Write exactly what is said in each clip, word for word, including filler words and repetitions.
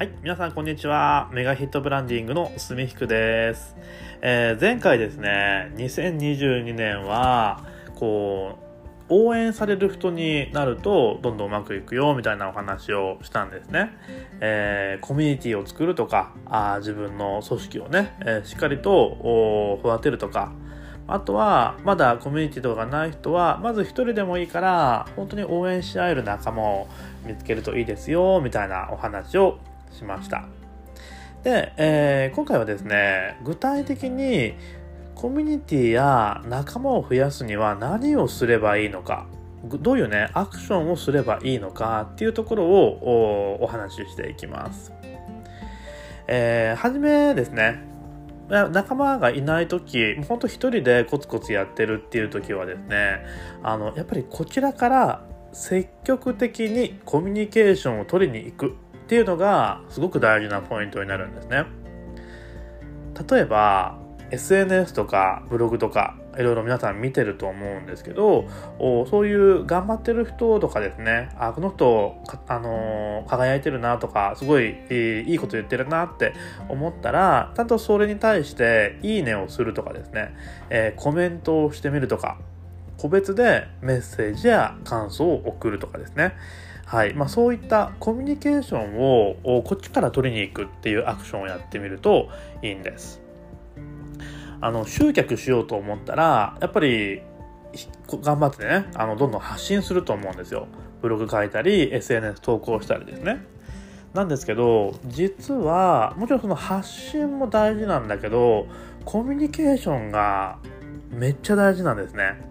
はい、皆さんこんにちは。メガヒットブランディングのすみひくです。えー、前回ですね、にせんにじゅうにねんはこう応援される人になるとどんどんうまくいくよみたいなお話をしたんですね。えー、コミュニティを作るとか、あ自分の組織をね、えー、しっかりと育てるとか、あとはまだコミュニティとかがない人はまず一人でもいいから本当に応援し合える仲間を見つけるといいですよみたいなお話をしました。で、えー、今回はですね、具体的にコミュニティや仲間を増やすには何をすればいいのか、どういうねアクションをすればいいのかっていうところを お, お話ししていきます。えー、はじめですね、仲間がいないとき、本当一人でコツコツやってるっていうときはですね、あのやっぱりこちらから積極的にコミュニケーションを取りに行くっていうのがすごく大事なポイントになるんですね。例えば エスエヌエス とかブログとかいろいろ皆さん見てると思うんですけど、そういう頑張ってる人とかですね、あこの人、あのー、輝いてるなとかすごいいいこと言ってるなって思ったら、ちゃんとそれに対していいねをするとかですね、えー、コメントをしてみるとか、個別でメッセージや感想を送るとかですね。はいまあ、そういったコミュニケーションをこっちから取りに行くっていうアクションをやってみるといいんです。あの集客しようと思ったらやっぱり頑張ってね、あのどんどん発信すると思うんですよ。ブログ書いたり エスエヌエス 投稿したりですね。なんですけど、実はもちろんその発信も大事なんだけど、コミュニケーションがめっちゃ大事なんですね。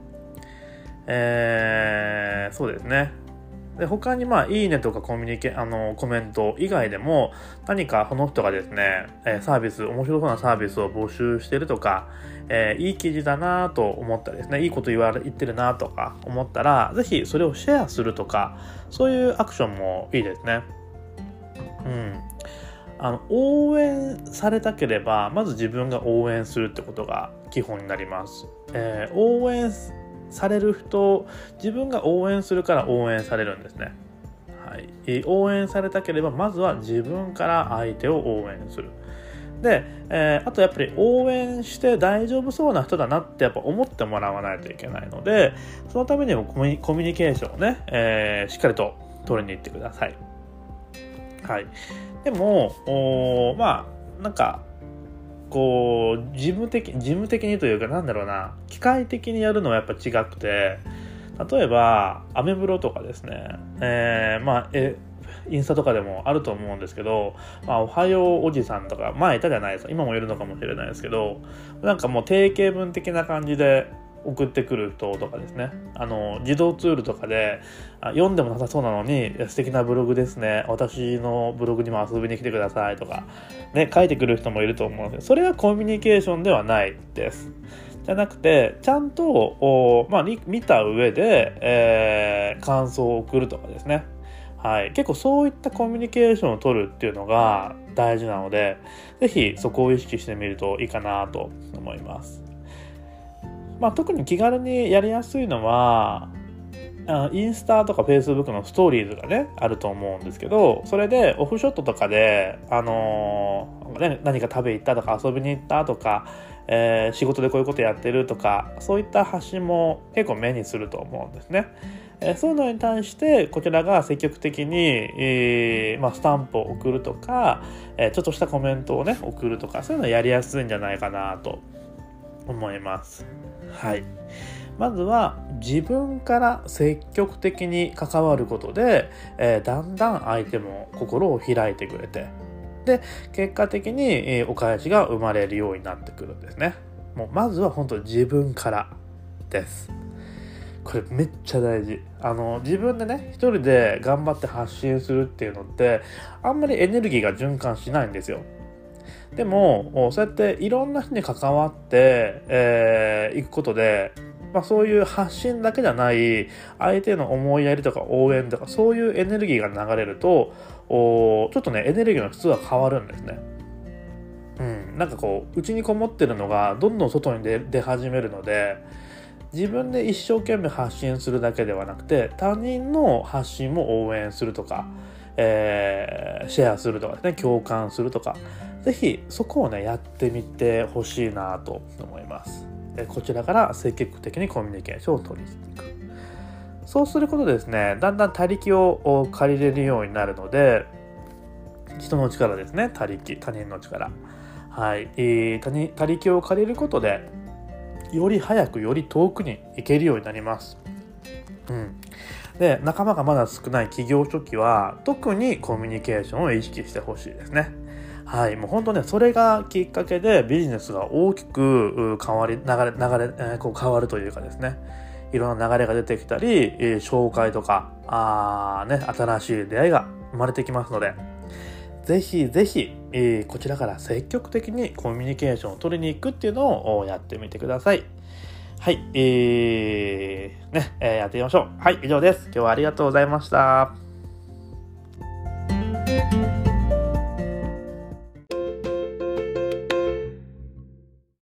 えー、そうですね。で他にまあいいねとかコミュニケあのコメント以外でも何かこの人がですね、えー、サービス面白そうなサービスを募集してるとか、えー、いい記事だなと思ったらですね、いいこと言われ言ってるなとか思ったら、ぜひそれをシェアするとか、そういうアクションもいいですね。うんあの応援されたければまず自分が応援するってことが基本になります。えー、応援される人、自分が応援するから応援されるんですね。はい、応援されたければまずは自分から相手を応援する。で、えー、あとやっぱり応援して大丈夫そうな人だなってやっぱ思ってもらわないといけないので、そのためにもコミュニ、コミュニケーションをね、えー、しっかりと取りに行ってください。はい。でもまあなんかこう事務的事務的にというか、なんだろうな、機械的にやるのはやっぱ違くて、例えばアメブロとかですね、えー、まあえインスタとかでもあると思うんですけど、まあ、おはようおじさんとか前いたじゃないですか、今もいるのかもしれないですけど、なんかもう定型文的な感じで送ってくる人とかですね、あの自動ツールとかで読んでもなさそうなのに素敵なブログですね、私のブログにも遊びに来てくださいとかね、書いてくる人もいると思うんですけど、それはコミュニケーションではないです。じゃなくて、ちゃんと、まあ、見た上で、えー、感想を送るとかですね。はい、結構そういったコミュニケーションを取るっていうのが大事なので、ぜひそこを意識してみるといいかなと思います。まあ、特に気軽にやりやすいのはあインスタとかフェイスブックのストーリーズがねあると思うんですけど、それでオフショットとかで、あのーね、何か食べ行ったとか遊びに行ったとか、えー、仕事でこういうことやってるとか、そういった発信も結構目にすると思うんですね。えー、そういうのに対してこちらが積極的に、えーまあ、スタンプを送るとか、えー、ちょっとしたコメントをね送るとか、そういうのやりやすいんじゃないかなと思います。はい、まずは自分から積極的に関わることで、えー、だんだん相手も心を開いてくれて、で結果的に、えー、お返しが生まれるようになってくるんですね。もうまずは本当に自分からです。これめっちゃ大事。あの自分でね一人で頑張って発信するっていうのってあんまりエネルギーが循環しないんですよ。でもそうやっていろんな人に関わって、えー、いくことで、まあ、そういう発信だけじゃない相手の思いやりとか応援とか、そういうエネルギーが流れるとおちょっとねエネルギーの質が変わるんですね。うん、なんかこう内にこもってるのがどんどん外に 出, 出始めるので、自分で一生懸命発信するだけではなくて他人の発信も応援するとか、 えー、シェアするとかですね、共感するとか、ぜひそこをねやってみてほしいなと思います。えこちらから積極的にコミュニケーションを取りしていく。そうすることでですね、だんだん他力を借りれるようになるので、人の力ですね、他力、他人の力、はい、えー、他人他力を借りることでより早くより遠くに行けるようになります。うん。で、仲間がまだ少ない企業初期は特にコミュニケーションを意識してほしいですね。はい、もう本当ね、それがきっかけでビジネスが大きく変わり、流れ、流れ、えー、こう変わるというかですね、いろんな流れが出てきたり、えー、紹介とか、あーね、新しい出会いが生まれてきますので、ぜひぜひ、えー、こちらから積極的にコミュニケーションを取りに行くっていうのをやってみてください。はい、えー、ね、えー、やってみましょう。はい、以上です。今日はありがとうございました。